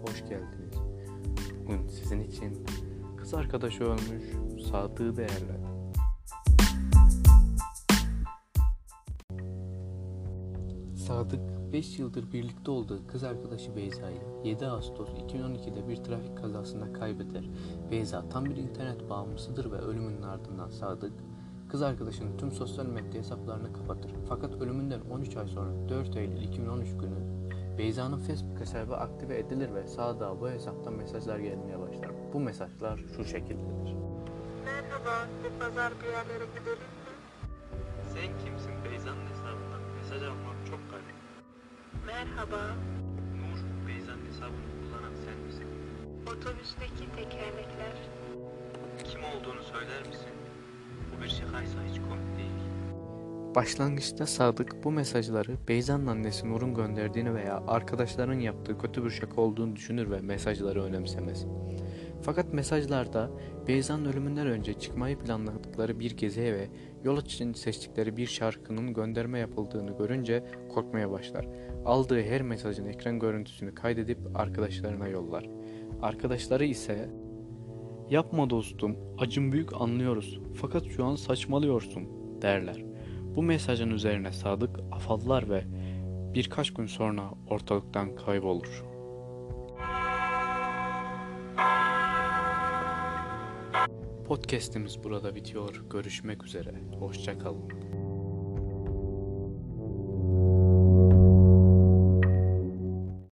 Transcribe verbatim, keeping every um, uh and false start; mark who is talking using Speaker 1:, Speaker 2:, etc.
Speaker 1: hoş geldiniz. Bugün sizin için kız arkadaşı olmuş Sadık'ı değerlendirdim. Sadık beş yıldır birlikte olduğu kız arkadaşı Beyza'yı yedi Ağustos iki bin on ikide bir trafik kazasında kaybeder. Beyza tam bir internet bağımlısıdır ve ölümünün ardından Sadık, kız arkadaşının tüm sosyal medya hesaplarını kapatır. Fakat ölümünden on üç ay sonra dört Eylül iki bin on üç günü Beyza'nın Facebook hesabı aktive edilir ve Sadık'a bu hesaptan mesajlar gelmeye başlar. Bu mesajlar şu şekildedir.
Speaker 2: Merhaba, bu pazar bir yerlere gidelim mi?
Speaker 3: Sen kimsin? Beyza'nın hesabından mesaj almak çok garip.
Speaker 2: Merhaba,
Speaker 3: Nur, Beyza'nın hesabını kullanan sen misin?
Speaker 2: otobüsteki tekerlekler.
Speaker 3: Kim olduğunu söyler misin? Bu bir şakaysa hiç komik değil.
Speaker 1: Başlangıçta Sadık bu mesajları Beyza'nın annesi Nur'un gönderdiğini veya arkadaşlarının yaptığı kötü bir şaka olduğunu düşünür ve mesajları önemsemez. Fakat mesajlarda Beyza'nın ölümünden önce çıkmayı planladıkları bir geziye ve yol için seçtikleri bir şarkının gönderme yapıldığını görünce korkmaya başlar. Aldığı her mesajın ekran görüntüsünü kaydedip arkadaşlarına yollar. Arkadaşları ise "Yapma dostum, acım büyük anlıyoruz fakat şu an saçmalıyorsun" derler. Bu mesajın üzerine Sadık afallar ve birkaç gün sonra ortalıktan kaybolur. Podcast'imiz burada bitiyor. Görüşmek üzere. Hoşça kalın.